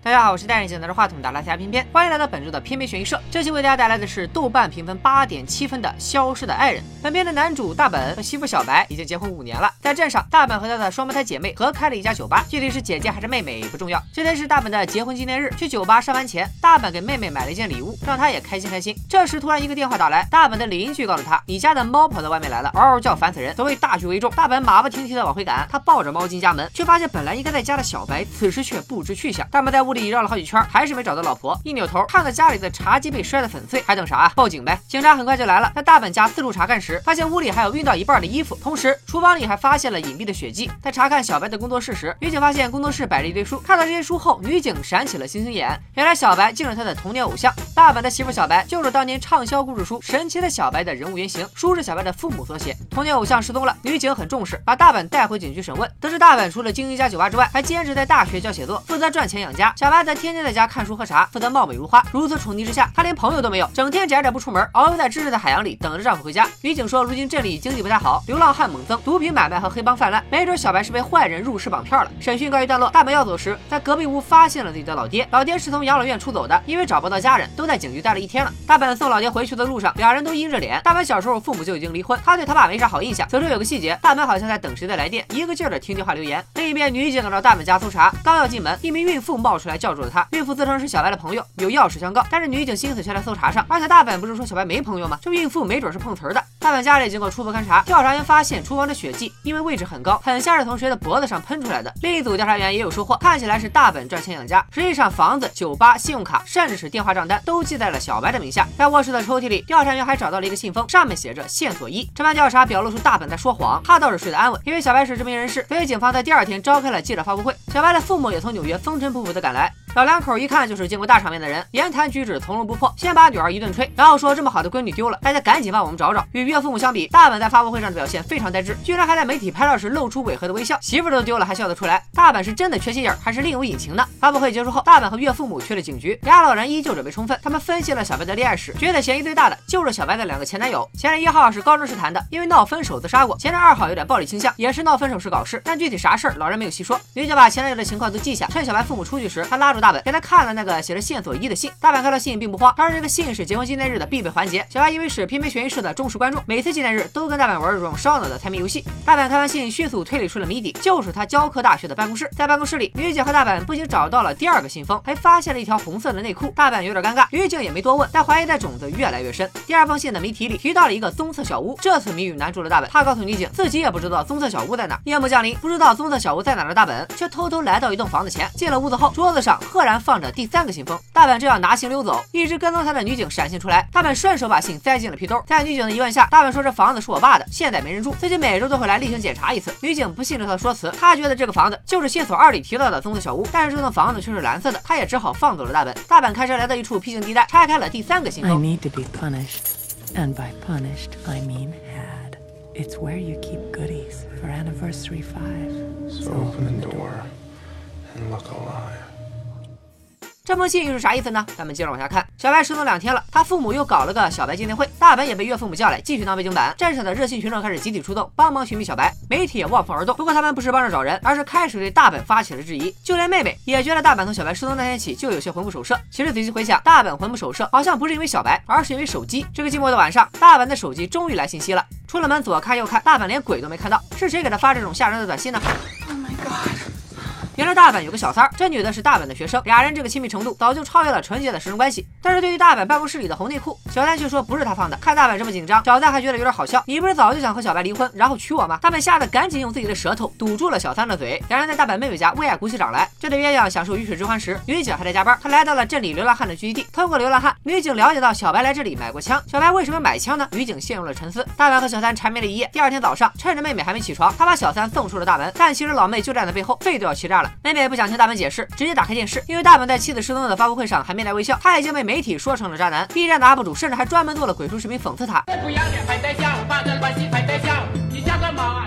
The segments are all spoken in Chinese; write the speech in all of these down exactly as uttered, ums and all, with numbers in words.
大家好，我是戴眼镜拿着话筒的拉西亚偏偏，欢迎来到本周的偏偏悬疑社。这期为大家带来的是豆瓣评分八点七分的《消失的爱人》。本片的男主大本和媳妇小白已经结婚五年了，在镇上，大本和他的双胞胎姐妹合开了一家酒吧，具体是姐姐还是妹妹不重要。这天是大本的结婚纪念日，去酒吧上班前，大本给妹妹买了一件礼物，让她也开心开心。这时突然一个电话打来，大本的邻居告诉他，你家的猫跑到外面来了，嗷嗷叫烦死人。所谓大局为重，大本马不停蹄的往回赶，他抱着猫进家门，却发现本来应该在家的小白，此时却不知去向。大本在屋里绕了好几圈，还是没找到老婆，一扭头看到家里的茶几被摔得粉碎，还等啥啊？报警呗！警察很快就来了。在大本家四处查看时，发现屋里还有熨到一半的衣服，同时厨房里还发现了隐蔽的血迹。在查看小白的工作室时，女警发现工作室摆着一堆书，看到这些书后，女警闪起了星星眼，原来小白竟是她的童年偶像。大本的媳妇小白就是当年畅销故事书《神奇的小白》的人物原型，书是小白的父母所写。童年偶像失踪了，女警很重视，把大本带回警局审问。得知大本除了经营一家酒吧之外，还兼职在大学教写作，负责赚钱养家。小白则天天在家看书喝茶，负责貌美如花。如此宠溺之下，他连朋友都没有，整天宅着不出门，遨游在知识的海洋里，等着丈夫回家。女警说，如今镇里经济不太好，流浪汉猛增，毒品买卖和黑帮泛滥，没准小白是被坏人入室绑票了。审讯告一段落，大本要走时，在隔壁屋发现了自己的老爹，老爹是从养老院出走的，因为找不到家人，都在警局待了一天了。大本送老爹回去的路上，俩人都阴着脸。大本小时候父母就已经离婚，他对他爸没啥好印象。此处有个细节，大本好像在等谁的来电，一个劲儿的听电话留言。另一边，女警到大本家搜查，刚要进门，一名孕妇冒出来叫住了他。孕妇自称是小白的朋友，有要事相告，但是女警心思却在搜查上，而且大本不是说小白没朋友吗？这孕妇没准是碰瓷儿的。大本家里经过初步勘查，调查员发现厨房的血迹因为位置很高，很像是从谁的脖子上喷出来的。另一组调查员也有收获，看起来是大本赚钱养家，实际上房子、酒吧、信用卡，甚至是电话账单都记在了小白的名下。在卧室的抽屉里，调查员还找到了一个信封，上面写着线索一。这番调查表露出大本在说谎，他倒是睡得安稳，因为小白是知名人士，所以警方在第二天召开了记者发布会。小白的父母也从纽约风尘仆仆的赶来。老两口一看就是见过大场面的人，言谈举止从容不迫，先把女儿一顿吹，然后说这么好的闺女丢了，大家赶紧帮我们找找。与岳父母相比，大本在发布会上的表现非常呆滞，居然还在媒体拍照时露出违和的微笑，媳妇都丢了还笑得出来。大本是真的缺心眼儿，还是另有隐情呢？发布会结束后，大本和岳父母去了警局，俩老人依旧准备充分，他们分析了小白的恋爱史，觉得嫌疑最大的就是小白的两个前男友。前任一号是高中时谈的，因为闹分手自杀过；前任二号有点暴力倾向，也是闹分手时搞事，但具体啥事儿老人没有细说。女警把前男友的情况都记下，趁小白父母出去时，他拉住大本，给他看了那个写着线索一的信。大本看到信并不慌，他说这个信是结婚纪念日的必备环节。小白因为是偏偏悬疑社的忠实观众，每次纪念日都跟大本玩这种烧脑的猜谜游戏。大本看完信，迅速推理出了谜底，就是他教科大学的办公室。在办公室里，女警和大本不仅找到了第二个信封，还发现了一条红色的内裤。大本有点尴尬，女警也没多问，但怀疑的种子越来越深。第二封信的谜题里提到了一个棕色小屋，这次谜语难住了大本。他告诉女警自己也不知道棕色小屋在哪。夜幕降临，不知道棕色小屋在哪的大本却偷偷来到一栋房子前。进了屋子后，桌子上赫然放着第三个信封。大本正要拿信溜走，一直跟踪他的女警闪现出来，大本顺手把信塞进了皮兜。在女警的疑问下，大本说这房子是我爸的，现在没人住，自己每周都会来例行检查一次。女警不信这套说辞，他觉得这个房子就是线索二里提到的棕色小屋，但是这栋房子却是蓝色的，他也只好放走了大本。大本开车来到一处僻静地带，拆开了第三个信封。 I need to be punished, and by punished I mean had. It's where you keep goodies for anniversary five. So open the door and look alive. 这封信又是啥意思呢？咱们接着往下看。小白失踪两天了，他父母又搞了个小白纪念会，大本也被岳父母叫来，继续当背景板。镇上的热心群众开始集体出动，帮忙寻觅小白，媒体也望风而动。不过他们不是帮着找人，而是开始对大本发起了质疑。就连妹妹也觉得大本从小白失踪那天起就有些魂不守舍。其实仔细回想，大本魂不守舍好像不是因为小白，而是因为手机。这个寂寞的晚上，大本的手机终于来信息了。出了门左看右看，大本连鬼都没看到，是谁给他发这种吓人的短信呢？ Oh my god. 原来大本有个小三儿，这女的是大本的学生，俩人这个亲密程度早就超越了纯洁的师生关系。但是对于大本办公室里的红内裤，小三却说不是他放的。看大本这么紧张，小三还觉得有点好笑。你不是早就想和小白离婚，然后娶我吗？大本吓得赶紧用自己的舌头堵住了小三的嘴。两人在大本妹妹家为爱鼓起掌来。这对鸳鸯享受鱼水之欢时，女警还在加班。她来到了镇里流浪汉的聚集地，通过流浪汉，女警了解到小白来这里买过枪。小白为什么买枪呢？女警陷入了沉思。大本和小三缠绵了一夜，第二天早上，趁着妹妹还没起床，他把小三送出了大门。但其实老妹就站在背后，肺都要气炸了。妹妹不想听大本解释，直接打开电视。因为大本在妻子失踪的发布会上还没来微笑，他已经被媒体说成了渣男。B 站的 U P 主甚至还专门做了鬼畜视频讽刺他。 不要脸还在笑，把这关系还在笑，你笑个毛啊！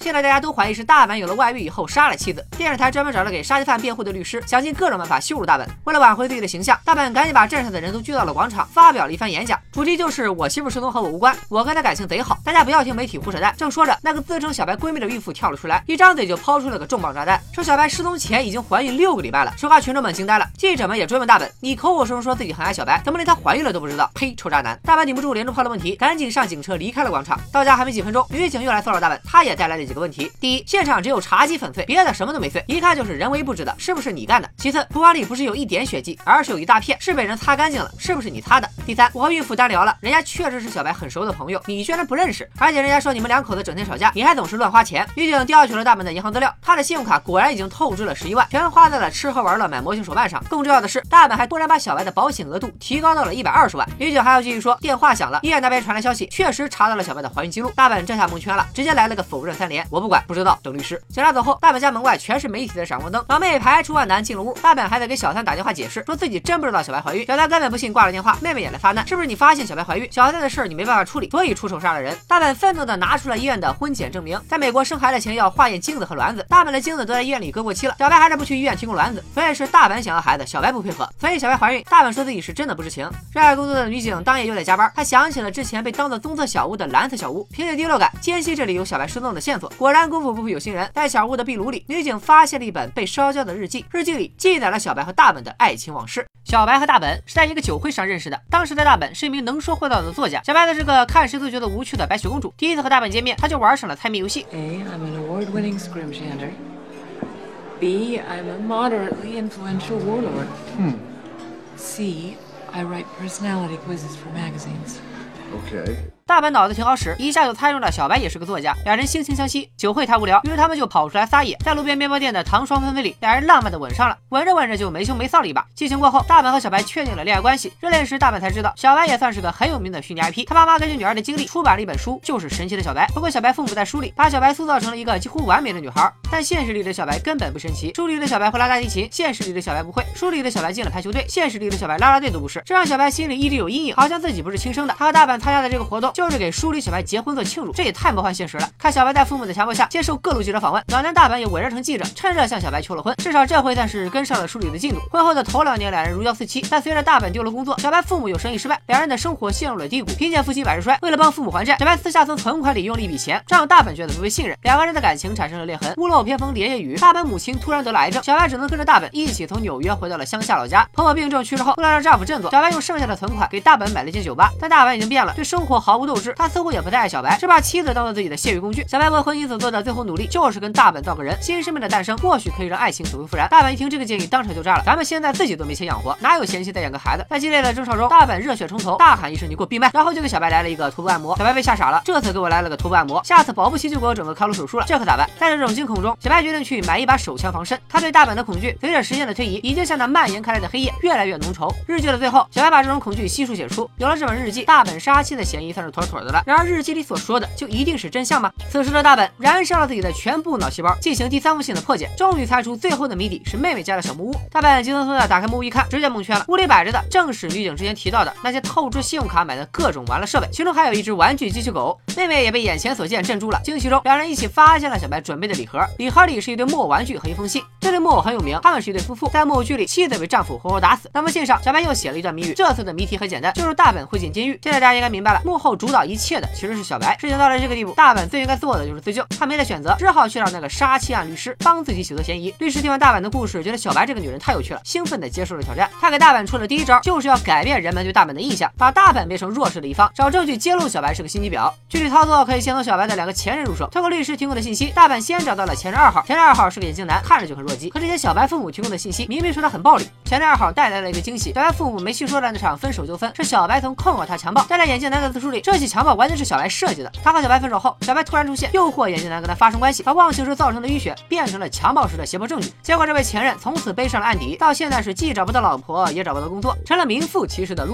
现在大家都怀疑是大本有了外遇以后杀了妻子。电视台专门找了给杀妻犯辩护的律师，想尽各种办法羞辱大本。为了挽回自己的形象，大本赶紧把镇上的人都聚到了广场，发表了一番演讲，主题就是我媳妇失踪和我无关，我跟她感情贼好，大家不要听媒体胡扯淡。正说着，那个自称小白闺蜜的孕妇跳了出来，一张嘴就抛出了个重磅炸弹，说小白失踪前已经怀孕六个礼拜了。吃瓜群众们惊呆了，记者们也追问大本，你口口声声说自己很爱小白，怎么连她怀孕了都不知道？呸，臭渣男！大本顶不住连珠炮的问题，赶紧上警车离开了广场。到家还没几分钟，女警又来骚扰大本，他也带来了几个问题：第一，现场只有茶几粉碎，别的什么都没碎，一看就是人为布置的，是不是你干的？其次，厨房里不是有一点血迹，而是有一大片，是被人擦干净了，是不是你擦的？第三，我和孕妇单聊了，人家确实是小白很熟的朋友，你居然不认识，而且人家说你们两口子整天吵架，你还总是乱花钱。女警调取了大本的银行资料，他的信用卡果然已经透支了十一万，全花在了吃喝玩乐、买模型手办上。更重要的是，大本还突然把小白的保险额度提高到了一百二十万。女警还要继续说，电话响了，医院那边传来消息，确实查到了小白的怀孕记录。大本这下蒙圈了，直接来了个否认三连，我不管，不知道，等律师。警察走后，大本家门外全是媒体的闪光灯，老妹排除万难进了屋，大本还在给小三打电话解释，说自己真不知道小白怀孕。小三根本不信，挂了电话。妹妹也来发难，是不是你发现小白怀孕，小三的事你没办法处理，所以出手杀了人？大本愤怒的拿出了医院的婚检证明，在美国生孩子前要化验精子和卵子，大本的精子都在医院里割过期了，小白还是不去医院提供卵子，所以是大本想要孩子，小白不配合，所以小白怀孕，大本说自己是真的不知情。热爱工作的女警当夜又在加班，她想起了之前被当做棕色小屋的蓝色小屋，凭借第六感坚信这里有小白失踪的线索。果然功夫不负有心人，在小屋的壁炉里，女警发现了一本被烧焦的日记，日记里记载了小白和大本的爱情往事。小白和大本是在一个酒会上认识的，当时的大本是一名能说会道的作家，小白则是个看谁都觉得无趣的白雪公主。第一次和大本见面，他就玩上了猜谜游戏。 A, I'm an award-winning scrimshander. B, I'm a moderately influential warlord. Hmm. C, I write personality quizzes for magazines. Okay. 大本脑子挺好使，一下就猜中了小白也是个作家，两人惺惺相惜。酒会太无聊，于是他们就跑出来撒野，在路边面包店的糖霜纷飞里，俩人浪漫的吻上了，吻着吻着就没羞没臊了一把。激情过后，大本和小白确定了恋爱关系。热恋时，大本才知道小白也算是个很有名的虚拟 I P， 他妈妈根据女儿的经历出版了一本书，就是《神奇的小白》。不过小白父母在书里把小白塑造成了一个几乎完美的女孩，但现实里的小白根本不神奇。书里的小白会拉大提琴，现实里的小白不会；书里的小白进了排球队，现实里的小白拉拉队都不是，这让小白心里一直有阴影，好像自己不是亲生的。他和大本参加的这个活动，就是给书里小白结婚做庆祝，这也太魔幻现实了。看小白在父母的强迫下接受各路记者访问，老娘大本也伪装成记者，趁热向小白求了婚，至少这回算是跟上了书里的进度。婚后的头两年，两人如胶似漆，但随着大本丢了工作，小白父母有生意失败，两人的生活陷入了低谷，贫贱夫妻百事衰。为了帮父母还债，小白私下从存款里用了一笔钱，这让大本觉得不被信任，两个人的感情产生了裂痕。屋漏偏逢连夜雨，大本母亲突然得了癌症，小白只能跟着大本一起从纽约回到了乡下老家。婆婆病重去世后，为了让丈夫振作，小白用剩下的存款给大本买了间酒吧。但大本已经变了，对生活毫无斗志，他似乎也不太爱小白，只把妻子当做自己的泄欲工具。小白为婚姻所做的最后努力，就是跟大本造个人，新生命的诞生或许可以让爱情死灰复燃。大本一听这个建议，当场就炸了。咱们现在自己都没钱养活，哪有闲心再养个孩子？在激烈的争吵中，大本热血冲头，大喊一声“你给我闭麦”，然后就给小白来了一个头部按摩。小白被吓傻了，这次给我来了个头部按摩，下次保不齐就给我整个开颅手术了，这可咋办？在这种惊恐中，小白决定去买一把手枪防身。他对大本的恐惧随着时间的推移，已经像那蔓延开来的黑夜，越来越浓稠。日记的最后，小白把这种恐惧悉数写出，有了这本日记，大本杀妻的嫌疑算是妥妥的了。然而日记里所说的就一定是真相吗？此时的大本燃烧了自己的全部脑细胞，进行第三封信的破解，终于猜出最后的谜底是妹妹家的小木屋。大本急匆匆的打开木屋一看，直接蒙圈了。屋里摆着的正是女警之前提到的那些透支信用卡买的各种玩乐设备，其中还有一只玩具机器狗。妹妹也被眼前所见镇住了。惊喜中，两人一起发现了小白准备的礼盒，礼盒里是一堆木偶玩具和一封信。这对木偶很有名，他们是一对夫妇，在木偶剧里妻子被丈夫活活打死。那封信上，小白又写了一段谜语。这次的谜题很简单，就是大本会进监狱。现在大家应该明白了，幕后主导一切的其实是小白。事情到了这个地步，大本最应该做的就是自救，他没得选择，只好去让那个杀妻案律师帮自己洗脱嫌疑。律师听完大本的故事，觉得小白这个女人太有趣了，兴奋地接受了挑战。他给大本出的第一招就是要改变人们对大本的印象，把大本变成弱势的一方，找证据揭露小白是个心机婊。具体操作可以先从小白的两个前任入手。通过律师提供的信息，大本先找到了前任二号。前任二号是个眼镜男，看着就很弱鸡，可这些小白父母提供的信息明明说他很暴力。前任二号带来了一个惊喜，小白父母没细说的那场分手纠纷是小白从控告他强暴。在眼镜男的自述里，这起强暴完全是小白设计的。他和小白分手后，小白突然出现，诱惑眼镜男跟他发生关系，把忘情时造成的淤血变成了强暴时的胁迫证据。结果这位前任从此背上了案底，到现在是既找不到老婆，也找不到工作，成了名副其实的 loser。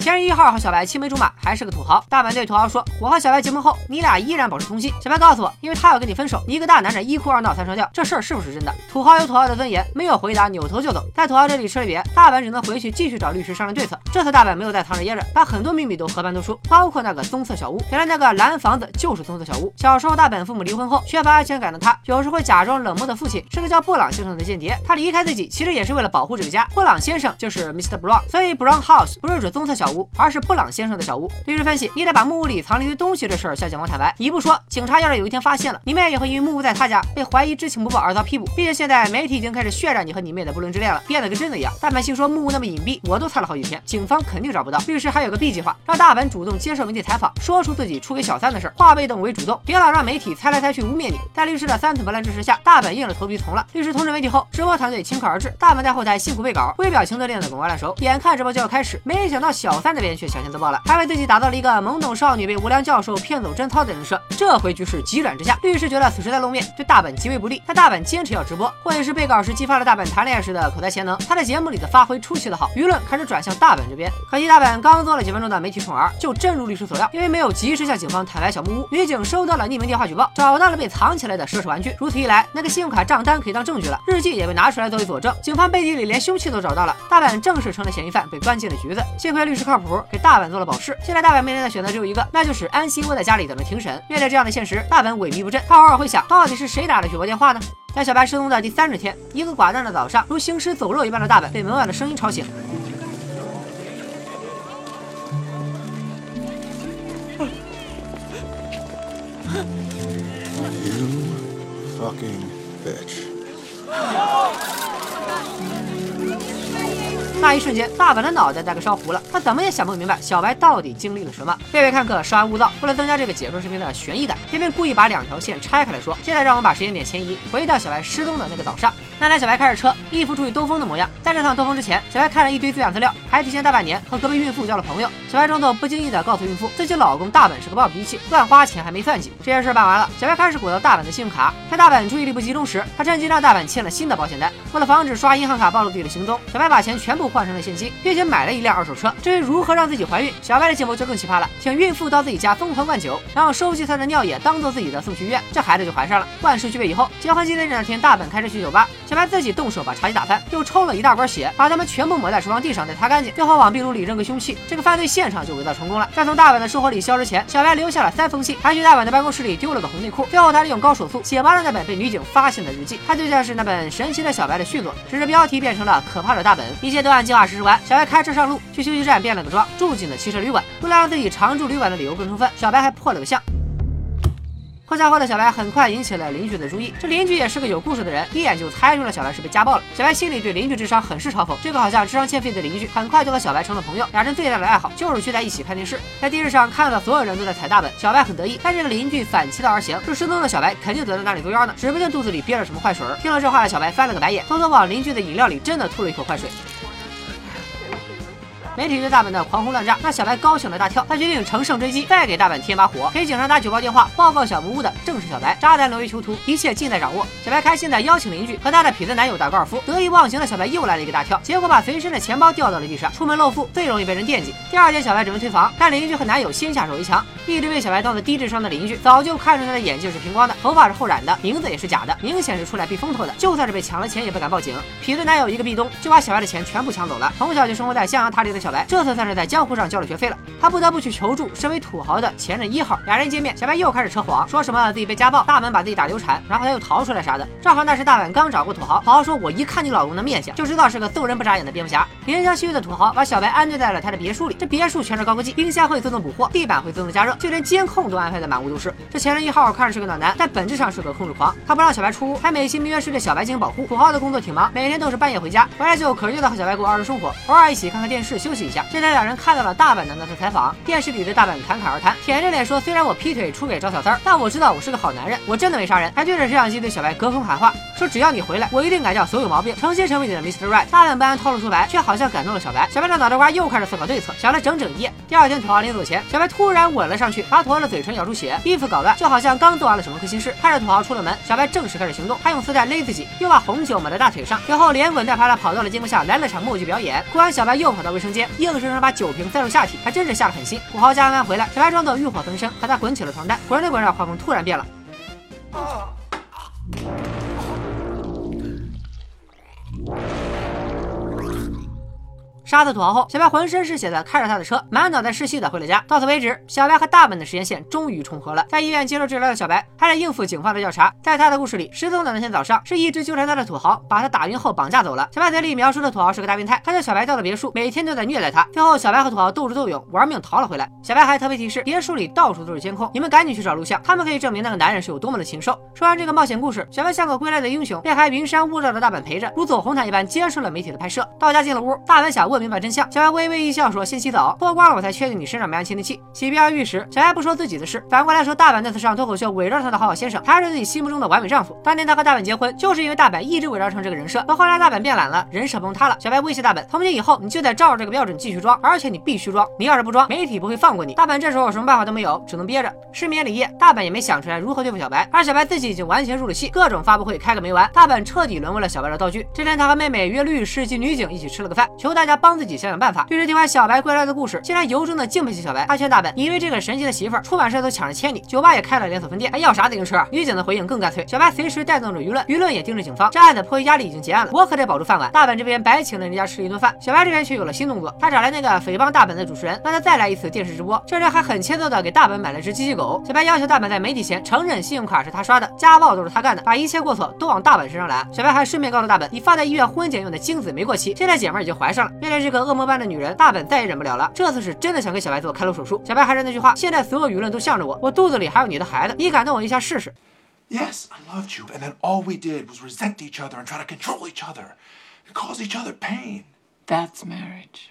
前任一号和小白青梅竹马，还是个土豪。大阪对土豪说：“我和小白结婚后，你俩依然保持通信。”小白告诉我，因为他要跟你分手，你一个大男人一哭二闹三上吊，这事儿是不是真的？土豪有土豪的尊严，没有回答，扭头就走。在土豪这里吃了瘪，大阪只能回去继续找律师商量对策。这次大阪没有再藏着掖着，把很多秘密都和盘托出，包括那个棕色小屋。原来那个蓝房子就是棕色小屋。小时候大本父母离婚后，缺乏安全感的他，有时会假装冷漠的父亲是个叫布朗先生的间谍。他离开自己，其实也是为了保护这个家。布朗先生就是 mister Brown， 所以 Brown House 不是指棕色小屋，而是布朗先生的小屋。律师分析，你得把木屋里藏了一堆东西这事儿向警方坦白。你不说，警察要是有一天发现了，你妹也会因为木屋在他家被怀疑知情不报而遭批捕。毕竟现在媒体已经开始渲染你和你妹的不伦之恋了，变得跟真的一样。大本心说木屋那么隐蔽，我都猜了好几天，警方肯定找不到。律师还有个 B 计划，让大本主动接受媒体采访，说出自己出轨小三的事，化被动为主动，别老让媒体猜来猜去污蔑你。在律师的三寸不烂支持下，大本硬着头皮从了。律师通知媒体后，直播团队倾巢而至，大本在后台辛苦背稿，微表情都练得滚瓜烂熟。眼看直播就要开始，没想到小三那边却小心得爆了，还为自己打造了一个懵懂少女被无良教授骗走贞操的人设。这回局势急转直下，律师觉得此时再露面对大本极为不利，但大本坚持要直播，或许是背稿时激发了大本谈恋爱时的口才潜能，他在节目里的发挥出奇的好，舆论开始转向大本这边。可惜大本刚做了几分钟的媒体宠儿，就正如律师所料，因为没有及时向警方坦白小木屋，女警收到了匿名电话举报，找到了被藏起来的奢侈玩具。如此一来，那个信用卡账单可以当证据了，日记也被拿出来作为佐证，警方背地里连凶器都找到了，大本正式成了嫌疑犯，被关进了局子。幸亏律师靠谱，给大本做了保释。现在大本面临的选择只有一个，那就是安心窝在家里等着庭审。面对这样的现实，大本萎靡不振，他偶尔会想，到底是谁打的举报电话呢？在小白失踪的第三十天，一个寡淡的早上，如行尸走肉一般的大本被门外的声音吵醒。 You fucking bitch. 那一瞬间，大本的脑袋大概烧糊了，他怎么也想不明白小白到底经历了什么。这位看客稍安勿躁，为了增加这个解说视频的悬疑感，偏偏故意把两条线拆开来说。现在让我们把时间点前移，回到小白失踪的那个早上。那天小白开着车，一副出去兜风的模样。在这趟兜风之前，小白看了一堆资源资料，还提前大半年和隔壁孕妇交了朋友。小白装作不经意的告诉孕妇，自己老公大本是个暴脾气，乱花钱还没算计。这件事办完了，小白开始鼓捣大本的信用卡。在大本注意力不集中时，他趁机让大本签了新的保险单。为了防止刷银行卡暴露自己的行踪，小白把钱全部换成了现金，并且买了一辆二手车。至于如何让自己怀孕，小白的计谋就更奇葩了，请孕妇到自己家疯狂灌酒，然后收集她的尿液当做自己的送去医院，这孩子就怀上了。万事俱备以后，结婚纪念日那天，大本开车去酒吧，小白自己动手把茶几打翻，又抽了一大管血，把它们全部抹在厨房地上，再擦干净，最后往壁炉里扔个凶器，这个犯罪现场就伪造成功了。在从大本的生活里消失前，小白留下了三封信，还去大本的办公室里丢了个红内裤。最后他利用高手速写完了那本被女警发现的日记，它就像是那本神奇的小白的续作，只是标题变成了可怕的大本。一切都按计划实施完，小白开车上路，去休息站变了个装，住进了汽车旅馆。为了让自己常住旅馆的理由更充分，小白还破了个相。破相后的小白很快引起了邻居的注意，这邻居也是个有故事的人，一眼就猜出了小白是被家暴了。小白心里对邻居智商很是嘲讽，这个好像智商欠费的邻居很快就和小白成了朋友，俩人最大的爱好就是聚在一起看电视。在电视上看到所有人都在踩大本，小白很得意，但这个邻居反其道而行，这失踪的小白肯定得了哪里作妖呢，指不定肚子里憋着什么坏水。听了这话的小白翻了个白眼，偷偷往邻居的饮料里真的吐了一口坏水。媒体对大本的狂轰乱炸，让小白高兴了大跳。他决定乘胜追击，再给大本添把火。给警察打举报电话报告小木屋的正是小白，渣男沦为囚徒，一切尽在掌握。小白开心的邀请邻居和他的痞子男友打高尔夫。得意忘形的小白又来了一个大跳，结果把随身的钱包掉到了地上。出门露富最容易被人惦记。第二天小白准备退房，但邻居和男友先下手为强。一直被小白当做低智商的邻居，早就看出他的眼睛是平光的，头发是后染的，名字也是假的，明显是出来避风头的。就算是被抢了钱也不敢报警。痞子男友一个壁咚就把小白的钱全部抢走了。从小就生活在象牙塔里的小白，这次算是在江湖上交了学费了，他不得不去求助身为土豪的前任一号。俩人见面，小白又开始扯谎，说什么自己被家暴，大本把自己打流产，然后他又逃出来啥的。正好那时大本刚找过土豪，土豪说：“我一看你老公的面相，就知道是个揍人不眨眼的蝙蝠侠。”怜香惜玉的土豪把小白安顿在了他的别墅里，这别墅全是高科技，冰箱会自动补货，地板会自动加热，就连监控都安排的满屋都是。这前任一号看着是个暖男，但本质上是个控制狂，他不让小白出屋，还美其名曰是对小白进行保护。土豪的工作挺忙，每天都是半夜回家，回来就可劲的和小白过二人生活，偶尔一起看看电视休息一下。这天两人看到了大本的那次采访，电视里的大本侃侃而谈，舔着脸说：“虽然我劈腿出轨找小三儿，但我知道我是个好男人，我真的没杀人。”还对着摄像机对小白隔空喊话，说说只要你回来，我一定改掉所有毛病，重新成为你的 mister Right。大本不按套路出牌，却好像感动了小白。小白的脑袋瓜又开始思考对策，想了整整一夜。第二天土豪临走前，小白突然吻了上去，把土豪的嘴唇咬出血，衣服搞乱，就好像刚做完了什么亏心事。看着土豪出了门，小白正式开始行动，他用丝带勒自己，又把红酒抹在大腿上，最后连滚带爬的跑到了监控下，来了场默剧表演。哭完，小白又跑到卫生间，硬生生把酒瓶塞入下体，还真是下了狠心。土豪加完班回来，小白装作欲火焚身，和他滚起了床单，滚着滚着，画风突然变了。杀死土豪后，小白浑身是血的开着他的车，满脑袋是戏的回了家。到此为止，小白和大本的时间线终于重合了。在医院接受治疗的小白，还得应付警方的调查。在他的故事里，失踪的那天早上，是一直纠缠他的土豪把他打晕后绑架走了。小白嘴里描述的土豪是个大变态，他叫小白到了别墅，每天都在虐待他。最后，小白和土豪斗智斗勇，玩命逃了回来。小白还特别提示，别墅里到处都是监控，你们赶紧去找录像，他们可以证明那个男人是有多么的禽兽。说完这个冒险故事，小白像个归来的英雄，便还云山雾罩的大本陪着，如走红毯一般接受了媒体的拍摄。到家进了屋，大本想问明白真相，小白微微一笑说：“先洗澡，脱光了我才确定你身上没安窃听器。”洗鼻而浴时，小白不说自己的事，反过来说大本那次上脱口秀围绕他的好好先生，还是自己心目中的完美丈夫。当年他和大本结婚，就是因为大本一直围绕成这个人设。可后来大本变懒了，人设崩塌了。小白威胁大本，从今以后你就得照着这个标准继续装，而且你必须装，你要是不装，媒体不会放过你。大本这时候什么办法都没有，只能憋着。失眠了一夜，大本也没想出来如何对付小白，而小白自己已经完全入了戏，各种发布会开个没完。大本彻底沦为了小白的道具。这天他和妹妹约律师及女警一起吃了个饭，求大家帮自己想想办法。律师听完小白归来的故事，竟然由衷的敬佩起小白。他劝大本，你以为这个神奇的媳妇儿，出版社都抢着签你，酒吧也开了连锁分店，还要啥自行车？女警的回应更干脆，小白随时带动着舆论，舆论也盯着警方。这案子迫于压力已经结案了，我可得保住饭碗。大本这边白请了人家吃了一顿饭，小白这边却有了新动作，他找来那个诽谤大本的主持人，让他再来一次电视直播。这人还很欠揍的给大本买了只机器狗。小白要求大本在媒体前承认信用卡是他刷的，家暴都是他干的，把一切过错都往大本身上揽。小白还顺便告诉大本，你放在医院婚检用的精子没过期，现在姐妹已经怀上了。面对这个恶魔般的女人，大本再也忍不了了，这次是真的想给小白做开颅手术。小白还是那句话，现在所有舆论都向着我，我肚子里还有你的孩子，你敢动我一下试试？ Yes, I loved you, and then all we did was resent each other and try to control each other and cause each other pain. That's marriage.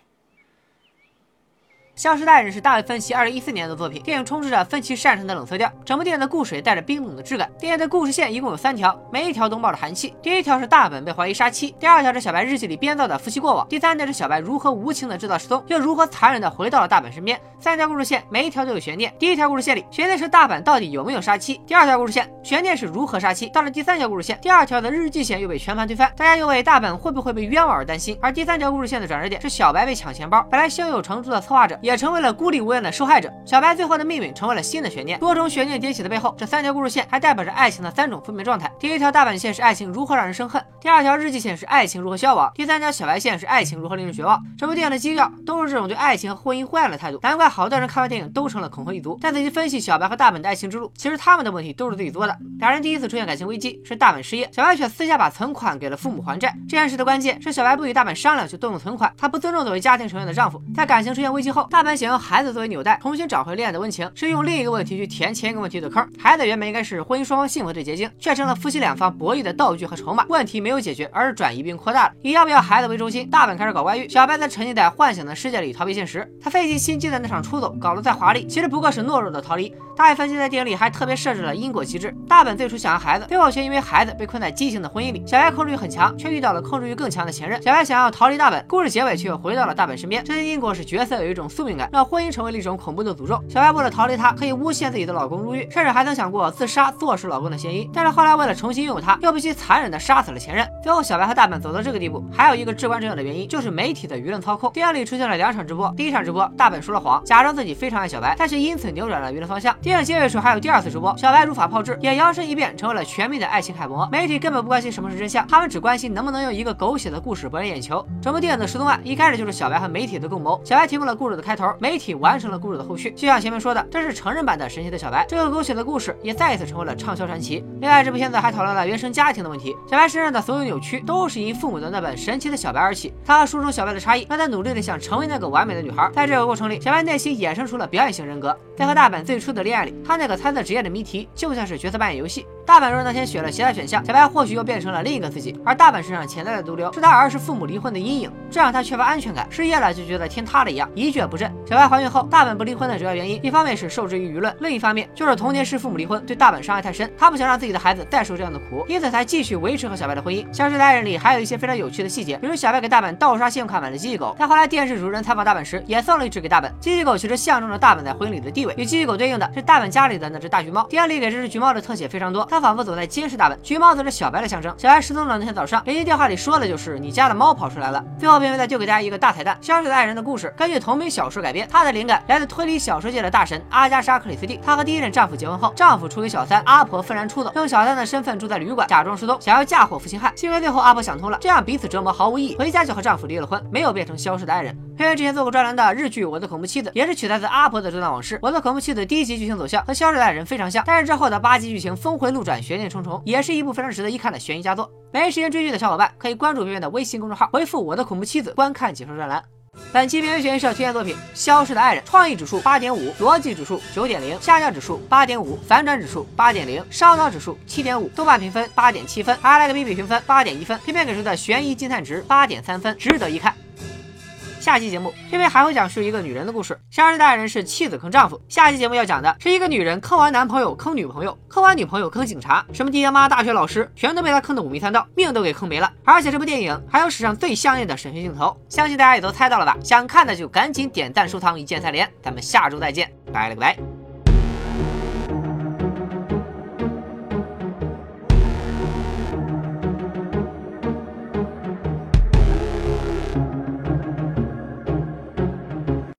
《消失的爱人》是大卫芬奇二零一四年的作品，电影充斥着芬奇擅长的冷色调，整部电影的故事也带着冰冷的质感。电影的故事线一共有三条，每一条都冒着寒气。第一条是大本被怀疑杀妻，第二条是小白日记里编造的夫妻过往，第三条是小白如何无情的制造失踪，又如何残忍的回到了大本身边。三条故事线每一条都有悬念。第一条故事线里，悬念是大本到底有没有杀妻；第二条故事线，悬念是如何杀妻；到了第三条故事线，第二条的日记线又被全盘推翻，大家又为大本会不会被冤枉而担心。而第三条故事线的转折点是小白被抢钱包，本来胸有成竹的策划者也成为了孤立无援的受害者，小白最后的命运成为了新的悬念。多重悬念叠起的背后，这三条故事线还代表着爱情的三种负面状态。第一条大本线是爱情如何让人生恨，第二条日记线是爱情如何消亡，第三条小白线是爱情如何令人绝望。整部电影的基调都是这种对爱情和婚姻灰暗的态度，难怪好多人看完电影都成了恐婚一族。但仔细分析小白和大本的爱情之路，其实他们的问题都是自己做的。两人第一次出现感情危机是大本失业，小白却私下把存款给了父母还债。这件事的关键是小白不与大本商量就动用存款，他不尊重作为家庭成员的丈夫。在感情出现危机后，大本想用孩子作为纽带，重新找回恋爱的温情，是用另一个问题去填前一个问题的坑。孩子原本应该是婚姻双方幸福的结晶，却成了夫妻两方博弈的道具和筹码。问题没有解决，而是转移并扩大了。以要不要孩子为中心，大本开始搞外遇，小白则沉浸在幻想的世界里逃避现实。他费尽心机的那场出走，搞得再华丽，其实不过是懦弱的逃离。大卫芬奇在电影里还特别设置了因果机制，大本最初想要孩子，最后却因为孩子被困在畸形的婚姻里。小白控制欲很强，却遇到了控制欲更强的前任。小白想要逃离大本，故事结尾却又回到了大本身边。这些因果使角色有一种宿命感，让婚姻成为了一种恐怖的诅咒。小白为了逃离他，可以诬陷自己的老公入狱，甚至还曾想过自杀坐实老公的嫌疑。但是后来为了重新拥有他，又必须残忍的杀死了前任。最后小白和大本走到这个地步，还有一个至关重要的原因，就是媒体的舆论操控。电影里出现了两场直播，第一场直播大本说了谎，假装自己非常爱小白，但是因此扭转了舆论方向。电影结尾时还有第二次直播，小白如法炮制，也摇身一变成为了全民的爱情楷模。媒体根本不关心什么是真相，他们只关心能不能用一个狗血的故事博人眼球。整部电影的失踪案一开始就是小白和媒体的共谋，小白提供了故事的开头，媒体完成了故事的后续。就像前面说的，这是成人版的神奇的小白，这个狗血的故事也再一次成为了畅销传奇。另外，这部片子还讨论了原生家庭的问题，小白身上的所有扭曲都是因父母的那本神奇的小白而起。他和书中小白的差异，让他努力的想成为那个完美的女孩。在这个过程里，小白内心衍生出了表演型人格。在和大本最初的恋爱里，他那个参赛职业的谜题就像是角色扮演游戏， 大阪若是那天选了其他选项，小白或许又变成了另一个自己，而大阪身上潜在的毒瘤是他儿时父母离婚的阴影，这让他缺乏安全感，失业了就觉得天塌了一样，一蹶不振。小白怀孕后，大阪不离婚的主要原因，一方面是受制于舆论，另一方面就是童年时父母离婚对大阪伤害太深，他不想让自己的孩子再受这样的苦，因此才继续维持和小白的婚姻。消失的爱人里还有一些非常有趣的细节，比如小白给大阪盗刷信用卡买了机器狗，但后来电视主持人采访大阪时也送了一只给大阪。机器狗其实象征着大阪在婚姻里的地位，与机器狗对应的是大阪家里的那只大橘猫。电影里给这只橘猫的特写非常多，它仿佛总在监视大阪。橘猫则是小白的象征。小白失踪的那天早上，联系电话里说的就是你家的猫跑出来了。最后片尾再丢给大家一个大彩蛋：消失的爱人的故事根据同名小说改编，它的灵感来自推理小说界的大神阿加莎·克里斯蒂。她和第一任丈夫结婚后，丈夫出轨小三，阿婆愤然出动，用小三的身份住在旅馆，假装失踪，想要嫁祸负心汉。幸亏最后阿婆想通了，这样彼此折磨毫无意义，回家就和丈夫离了婚，没有变成消失的爱人。片尾之前做过专栏的日剧《我的恐怖妻子》也是取材自阿婆的这段往事。《我的恐怖妻子》第一集剧情走向和消失的爱人非常像，但是之后的八集剧情峰回路转，悬念重重，也是一部非常值得一看的悬疑佳作。没时间追剧的小伙伴可以关注边边的微信公众号，回复我的恐怖妻子观看解说专栏。本期边缘悬疑社推荐作品《消失的爱人》，创意指数八点五，逻辑指数九点零，下降指数八点五，反转指数八点零，烧脑指数七点五，豆瓣评分八点七分，还来个比比评分八点一分，偏偏给出的悬疑惊叹值八点三分，值得一看。下期节目偏偏还会讲述一个女人的故事。消失的爱人是妻子坑丈夫，下期节目要讲的是一个女人坑完男朋友坑女朋友，坑完女朋友坑警察，什么爹妈大学老师全都被她坑得五迷三道，命都给坑没了。而且这部电影还有史上最香艳的审讯镜头，相信大家也都猜到了吧？想看的就赶紧点赞收藏，一键三连。咱们下周再见，拜了个拜。